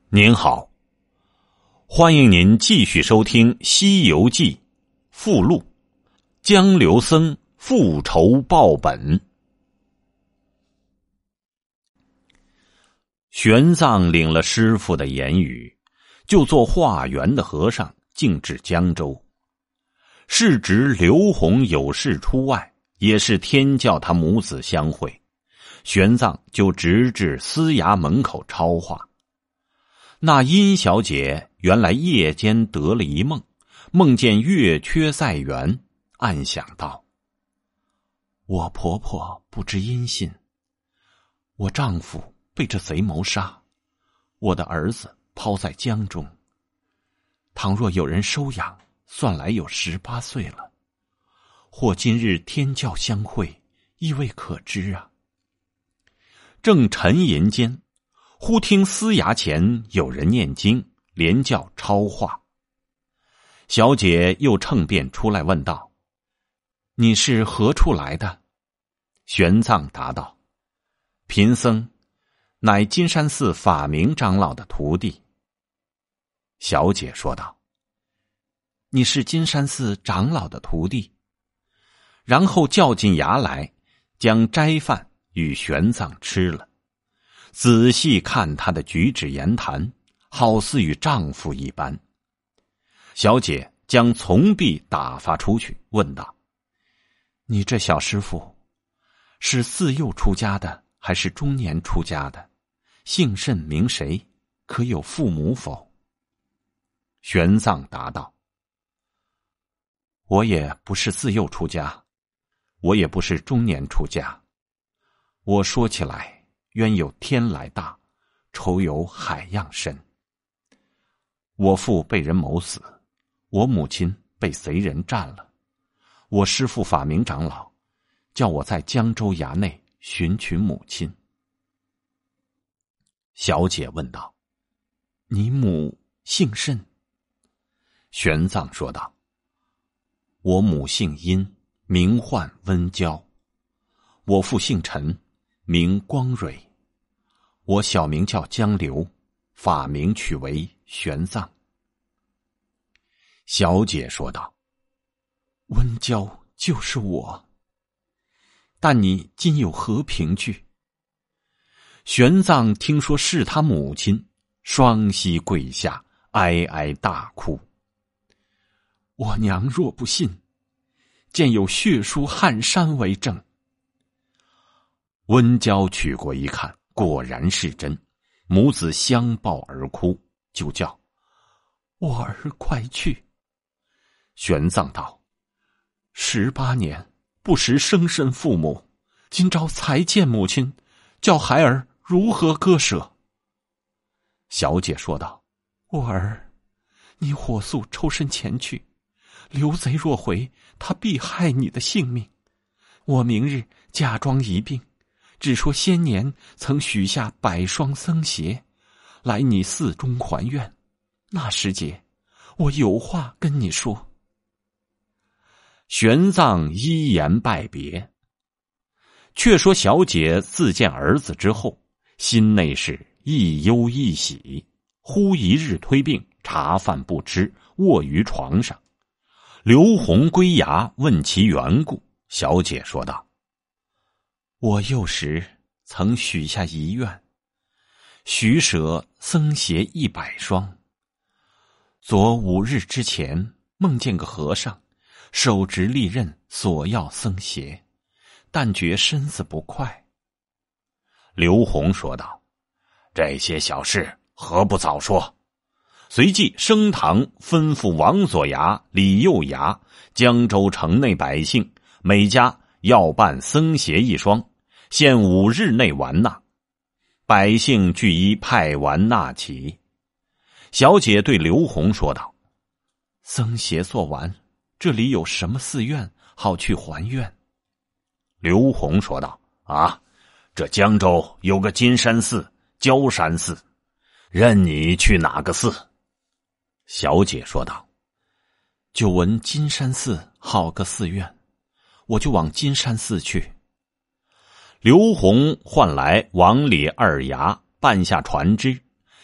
您好，欢迎您继续收听《西游记》附录，江流僧复仇报本。玄奘领了师父的言语，就做化缘的和尚，径至江州。世侄刘洪有事出外，也是天教他母子相会，玄奘就直至司衙门口抄话。那殷小姐原来夜间得了一梦，梦见月缺在园，暗想道：我婆婆不知音信，我丈夫被这贼谋杀，我的儿子抛在江中，倘若有人收养，算来有18岁了，或今日天教相会，亦未可知啊。正沉吟间，忽听司衙前有人念经，连叫抄话。小姐又乘便出来问道：你是何处来的？玄奘答道：贫僧乃金山寺法明长老的徒弟。小姐说道：你是金山寺长老的徒弟？然后叫进衙来，将斋饭与玄奘吃了，仔细看他的举止言谈，好似与丈夫一般。小姐将从婢打发出去，问道：你这小师傅是自幼出家的，还是中年出家的？姓甚名谁？可有父母否？玄奘答道：我也不是自幼出家，我也不是中年出家，我说起来冤有天来大，仇有海样深。我父被人谋死，我母亲被贼人占了，我师父法明长老叫我在江州衙内寻取母亲。小姐问道：你母姓甚？玄奘说道：我母姓殷，名唤温娇，我父姓陈，名光蕊，我小名叫江流，法名取为玄奘。小姐说道：温娇就是我，但你今有何凭据？玄奘听说是他母亲，双膝跪下，哀哀大哭。我娘若不信，见有血书撼山为证。温娇取过一看，果然是真，母子相抱而哭，就叫我儿快去。玄奘道：18年不识生身父母，今朝才见母亲，叫孩儿如何割舍？小姐说道：我儿，你火速抽身前去，刘贼若回，他必害你的性命。我明日假装一病，只说先年曾许下100双僧鞋，来你寺中还愿，那时节我有话跟你说。玄奘依言拜别。却说小姐自见儿子之后，心内是亦忧亦喜，忽一日推病，茶饭不吃，卧于床上。刘洪归衙问其缘故，小姐说道：我幼时曾许下遗愿，许舍僧鞋100双。昨5日之前，梦见个和尚手执利刃索要僧鞋，但觉身子不快。刘洪说道：这些小事何不早说？随即升堂吩咐王佐衙、李右衙，江州城内百姓每家要办僧鞋1双，限5日内完纳。百姓俱依派完纳起。小姐对刘洪说道：僧鞋做完，这里有什么寺院好去还愿？刘洪说道：这江州有个金山寺、焦山寺，任你去哪个寺？小姐说道：久闻金山寺好个寺院，我就往金山寺去。刘洪唤来王李2衙，办下传旨，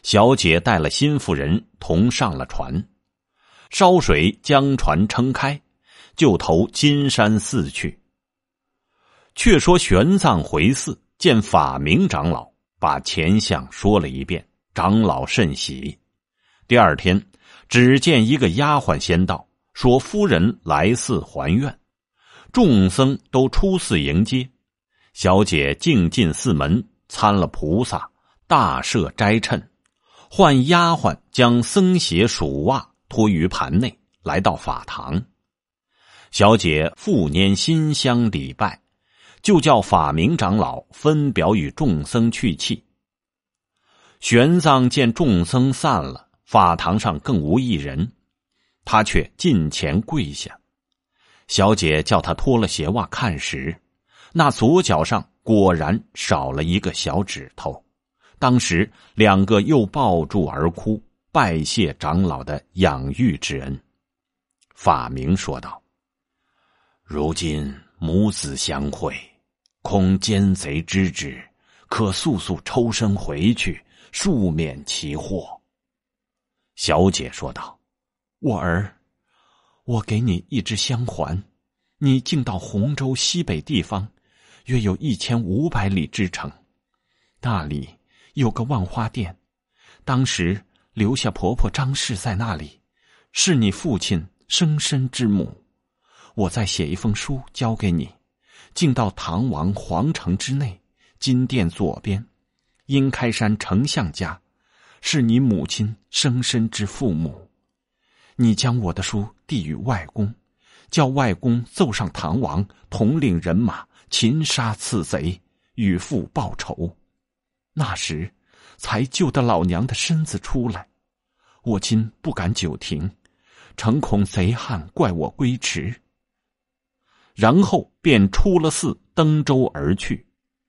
小姐带了新妇人同上了船，烧水将船撑开，就投金山寺去。却说玄奘回寺见法明长老，把前相说了一遍，长老甚喜。第二天，只见一个丫鬟先到，说夫人来寺还愿，众僧都出寺迎接。小姐径进寺门，参了菩萨，大设斋称，唤丫鬟将僧鞋鼠袜托于盘内，来到法堂。小姐复拈馨香礼拜，就叫法明长老分表与众僧去气。玄奘见众僧散了，法堂上更无一人，他却近前跪下。小姐叫他脱了鞋袜看时，那左脚上果然少了一个小指头。当时两个又抱住而哭，拜谢长老的养育之恩。法明说道：如今母子相会，恐奸贼知之，可速速抽身回去，恕免其祸。小姐说道：我儿，我给你一支香环，你竟到洪州西北地方，约有1500里之程，那里有个万花殿，当时留下婆婆张氏在那里，是你父亲生身之母。我再写一封书交给你，进到唐王皇城之内，金殿左边，阴开山丞相家，是你母亲生身之父母。你将我的书递与外公，叫外公奏上唐王，统领人马擒杀刺贼，与父报仇。那时才救得老娘的身子出来，我今不敢久停，诚恐贼汉怪我归迟。然后便出了寺，登舟而去。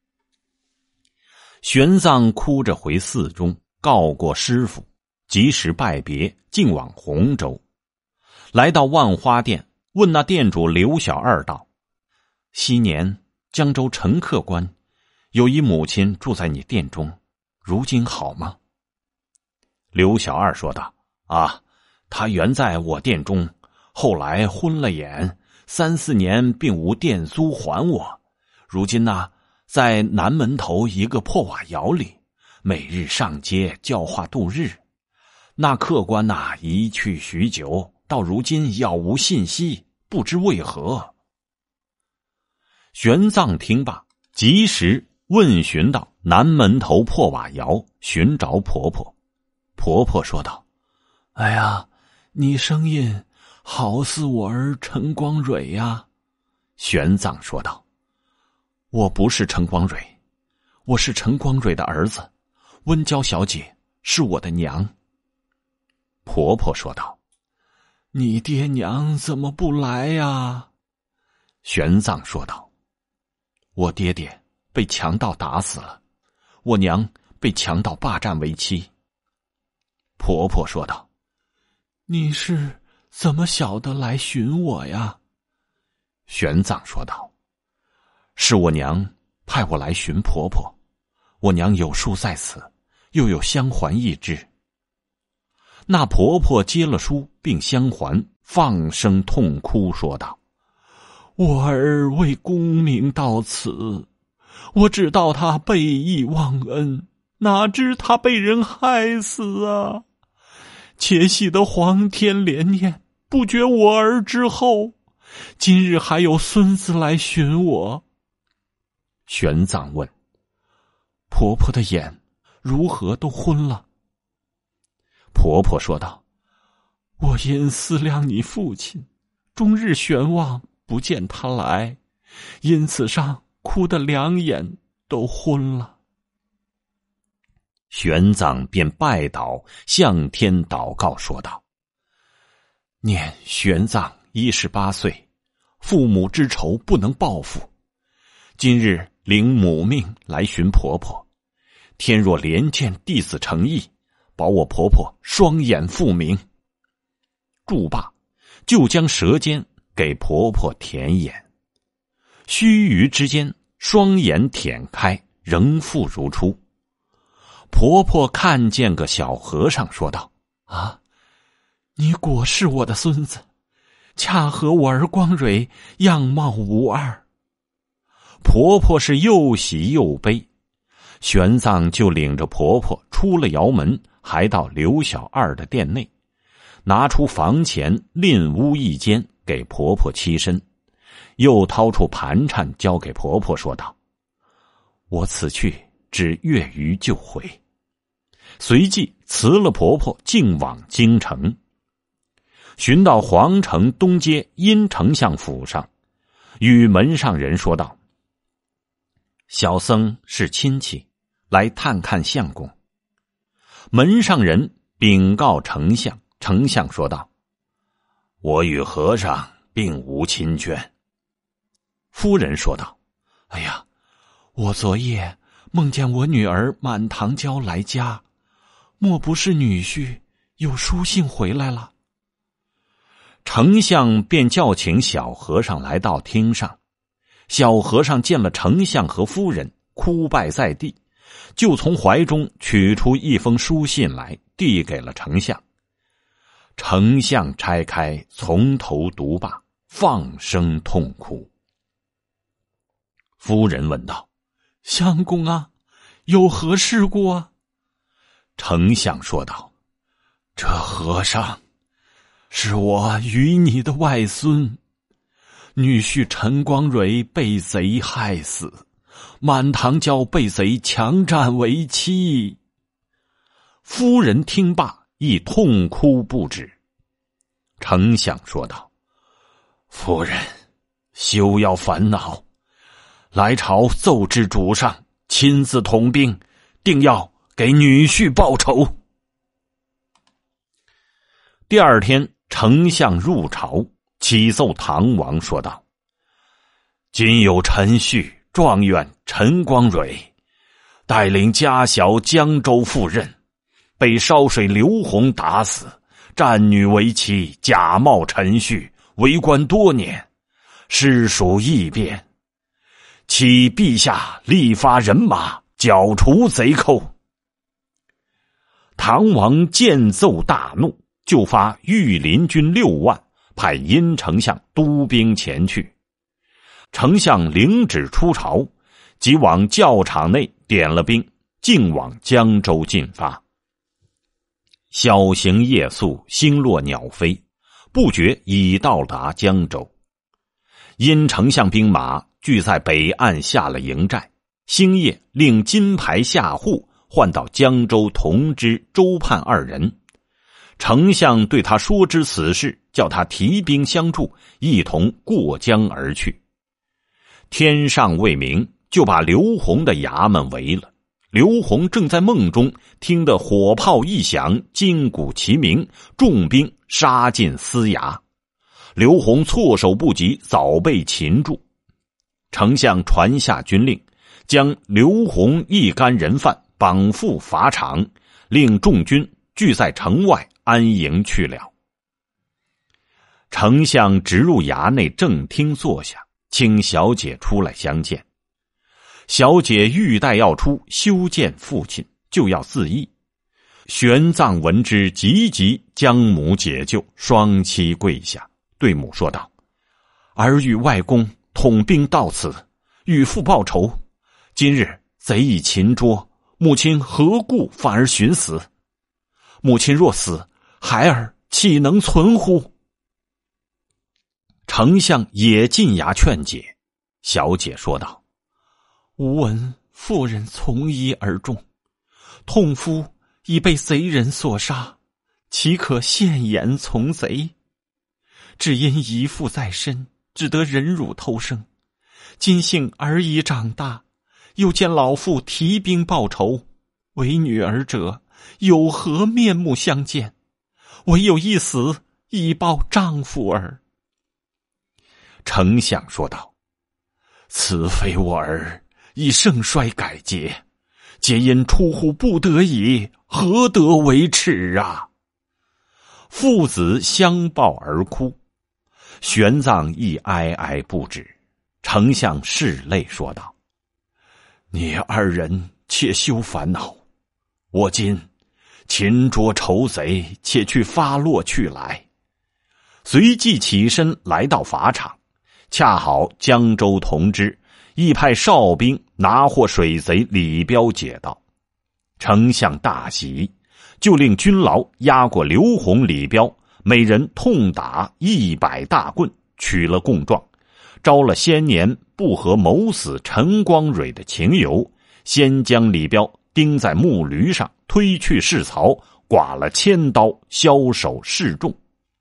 玄奘哭着回寺中，告过师父，及时拜别，径往洪州。来到万花殿，问那店主刘小二道：昔年江州陈客官有一母亲住在你店中，如今好吗？刘小二说道：她原在我店中，后来昏了眼，3、4年并无店租还我，如今在南门头一个破瓦窑里，每日上街教化度日。那客官移去许久，到如今杳无信息，不知为何。玄奘听罢，及时问询到南门头破瓦窑，寻找婆婆。婆婆说道：哎呀，你声音好似我儿陈光蕊呀。玄奘说道：我不是陈光蕊，我是陈光蕊的儿子，温娇小姐是我的娘。婆婆说道：你爹娘怎么不来呀？玄奘说道：我爹爹被强盗打死了，我娘被强盗霸占为妻。婆婆说道：你是怎么晓得来寻我呀？玄奘说道：是我娘派我来寻婆婆，我娘有书在此，又有香环一支。那婆婆接了书并香环，放声痛哭说道：我儿为功名到此，我只道他背义忘恩，哪知他被人害死啊！且喜得皇天怜念，不绝我儿之后，今日还有孙子来寻我。玄奘问：婆婆的眼如何都昏了？婆婆说道：我因思量你父亲，终日悬望不见他来，因此上哭得两眼都昏了。玄奘便拜倒，向天祷告说道：念玄奘18岁，父母之仇不能报复，今日领母命来寻婆婆，天若怜见弟子诚意，保我婆婆双眼复明。住罢，就将舌尖给婆婆舔眼，须臾之间，双眼舔开，仍复如初。 婆婆看见个小和尚，说道：“啊，你果是我的孙子，恰和我儿光蕊样貌无二。”婆婆是又喜又悲，玄奘就领着婆婆出了窑门，还到刘小二的店内，拿出房钱另屋一间给婆婆栖身，又掏出盘缠交给婆婆，说道：“我此去只月余就回。”随即辞了婆婆，径往京城。寻到皇城东街殷丞相府上，与门上人说道：“小僧是亲戚，来探看相公。”门上人禀告丞相，丞相说道：“我与和尚并无亲眷。”夫人说道：“哎呀，我昨夜梦见我女儿满堂娇来家，莫不是女婿有书信回来了？”丞相便叫请小和尚来到厅上。小和尚见了丞相和夫人，哭拜在地，就从怀中取出一封书信来，递给了丞相。丞相拆开，从头读罢，放声痛哭。夫人问道：“相公啊，有何事故啊？”丞相说道：“这和尚是我与你的外孙，女婿陈光蕊被贼害死，满堂娇被贼强占为妻。”夫人听罢，亦痛哭不止。丞相说道：“夫人，休要烦恼，来朝奏知主上，亲自统兵，定要给女婿报仇。”第二天，丞相入朝，启奏唐王说道：“今有陈旭状元陈光蕊带领家小江州赴任，被烧水刘洪打死，占女为妻，假冒陈旭，为官多年，实属异变，启陛下立发人马，剿除贼寇。”唐王见奏大怒，就发御林军6万，派殷丞相督兵前去。丞相领旨出朝，即往教场内点了兵，径往江州进发。小行夜宿，星落鸟飞，不觉已到达江州。殷丞相兵马聚在北岸下了营寨，星夜令金牌下户换到江州同知周盼2人。丞相对他说知此事，叫他提兵相助，一同过江而去。天尚未明，就把刘洪的衙门围了。刘洪正在梦中，听得火炮一响，金鼓齐鸣，重兵杀进司衙。刘洪措手不及，早被擒住。丞相传下军令，将刘洪一干人犯绑赴法场，令众军聚在城外安营去了。丞相直入衙内正厅坐下，请小姐出来相见。小姐欲待要出，休见父亲，就要自缢。玄奘闻之，急急将母解救，双膝跪下，对母说道：“儿与外公统兵到此，与父报仇。今日贼已擒捉，母亲何故反而寻死？母亲若死，孩儿岂能存乎？”丞相也进衙劝解。小姐说道：“吾闻妇人从一而终，痛夫已被贼人所杀，岂可现言从贼？只因姨父在身，只得忍辱偷生。今幸儿已长大，又见老父提兵报仇，为女儿者有何面目相见？唯有一死，以报丈夫耳。”丞相说道：“此非我儿，以盛衰改节，皆因出乎不得已，何得为耻啊！”父子相抱而哭，玄奘亦哀哀不止。丞相拭泪说道：“你二人且休烦恼， 我今擒捉仇贼，且去发落去来。”随即起身来到法场，恰好江州同知亦派哨兵拿获水贼李彪解道。丞相大喜，就令军牢押过刘洪、李彪，每人痛打100大棍，取了供状，招了先年不和谋死陈光蕊的情由，先将李彪钉在木驴上，推去市曹，剐了1000刀，枭首示众。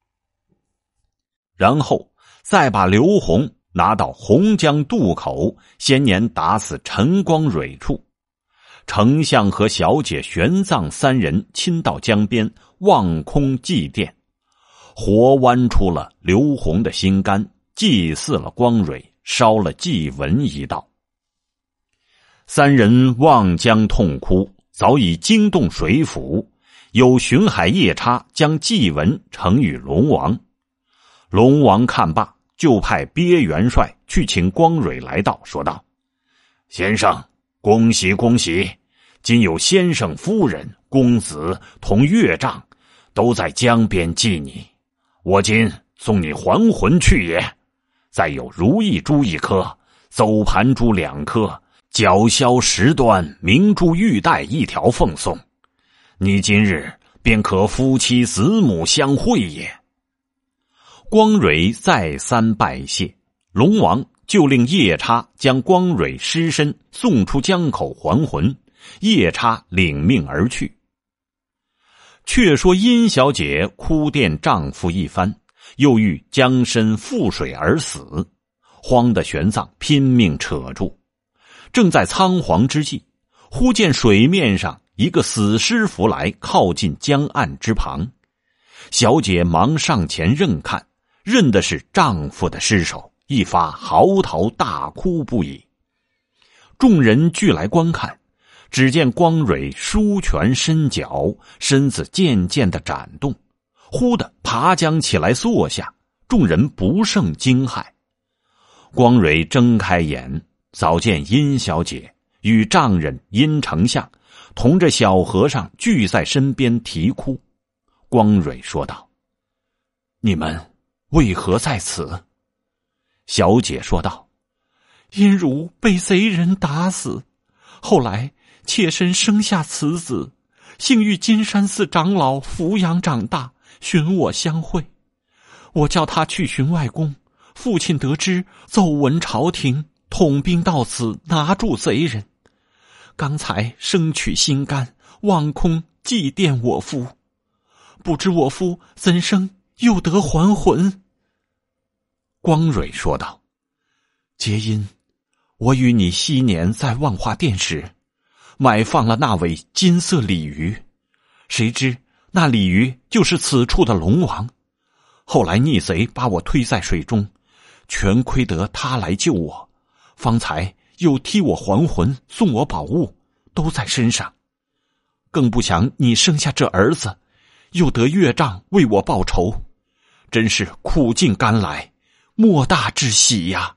然后再把刘洪拿到洪江渡口，先年打死陈光蕊处。丞相和小姐玄奘3人亲到江边，望空祭奠，活剜出了刘洪的心肝，祭祀了光蕊，烧了祭文一道。3人望江痛哭，早已惊动水府，有巡海夜叉将祭文呈与龙王。龙王看罢，就派鳖元帅去请光蕊来到，说道：“先生，恭喜恭喜！今有先生夫人、公子同岳丈，都在江边祭你。我今送你还魂去也。再有如意珠1颗，走盘珠2颗，角箫10端，明珠玉带1条奉送。你今日便可夫妻子母相会也。”光蕊再三拜谢，龙王就令夜叉将光蕊尸身送出江口还魂，夜叉领命而去。却说殷小姐哭奠丈夫一番，又遇江身覆水而死，慌得玄奘拼命扯住。正在仓皇之际，忽见水面上一个死尸浮来，靠近江岸之旁。小姐忙上前认看，认的是丈夫的尸首，一发嚎啕大哭不已。众人俱来观看，只见光蕊舒拳伸脚，身子渐渐地展动，忽地爬将起来坐下，众人不胜惊骇。光蕊睁开眼，早见殷小姐与丈人殷丞相同着小和尚聚在身边啼哭。光蕊说道：“你们为何在此？”小姐说道：“因汝被贼人打死，后来妾身生下此子，幸遇金山寺长老抚养长大，寻我相会。我叫他去寻外公，父亲得知，奏闻朝廷，统兵到此，拿住贼人。刚才生取心肝，望空祭奠我夫，不知我夫怎生又得还魂？”光蕊说道：“皆因我与你昔年在万花殿时，买放了那尾金色鲤鱼，谁知那鲤鱼就是此处的龙王。后来逆贼把我推在水中，全亏得他来救我，方才又替我还魂，送我宝物，都在身上。更不想你生下这儿子，又得岳丈为我报仇，真是苦尽甘来，莫大之喜呀！”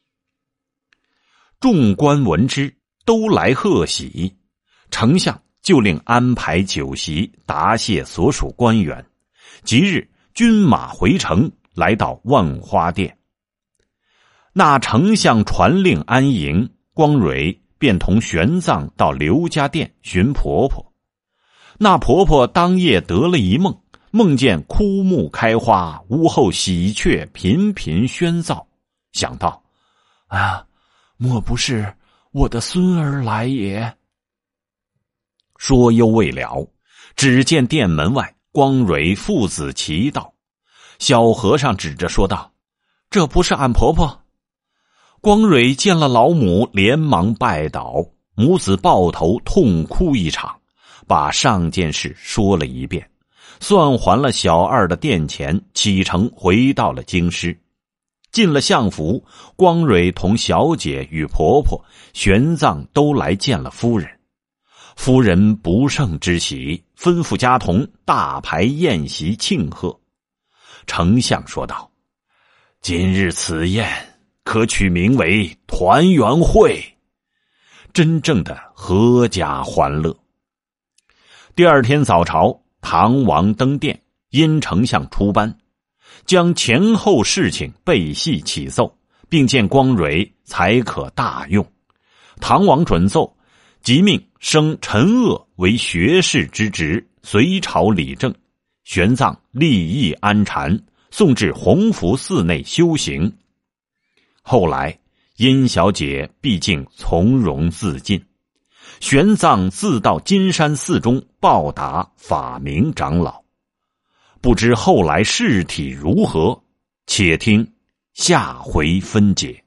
众官闻之，都来贺喜。丞相就令安排酒席，答谢所属官员。即日军马回城，来到万花殿。那丞相传令安营，光蕊便同玄奘到刘家店寻婆婆。那婆婆当夜得了一梦，梦见枯木开花，屋后喜鹊频频喧噪，想到：“莫不是我的孙儿来也？”说犹未了，只见殿门外光蕊父子齐到。小和尚指着说道：“这不是俺婆婆。”光蕊见了老母，连忙拜倒，母子抱头痛哭一场，把上件事说了一遍，算还了小二的殿钱，启程回到了京师。进了相府，光蕊同小姐与婆婆、玄奘都来见了夫人。夫人不胜之喜，吩咐家童大排宴席庆贺。丞相说道：“今日此宴可取名为团圆会，真正的阖家欢乐。” 第二天早朝，唐王登殿，因丞相出班，将前后事情备细启奏，并见光蕊，才可大用。唐王准奏，即命升陈鄂为学士之职，随朝理政。玄奘立意安禅，送至弘福寺内修行。后来殷小姐毕竟从容自尽，玄奘自到金山寺中报答法明长老。不知后来事体如何，且听下回分解。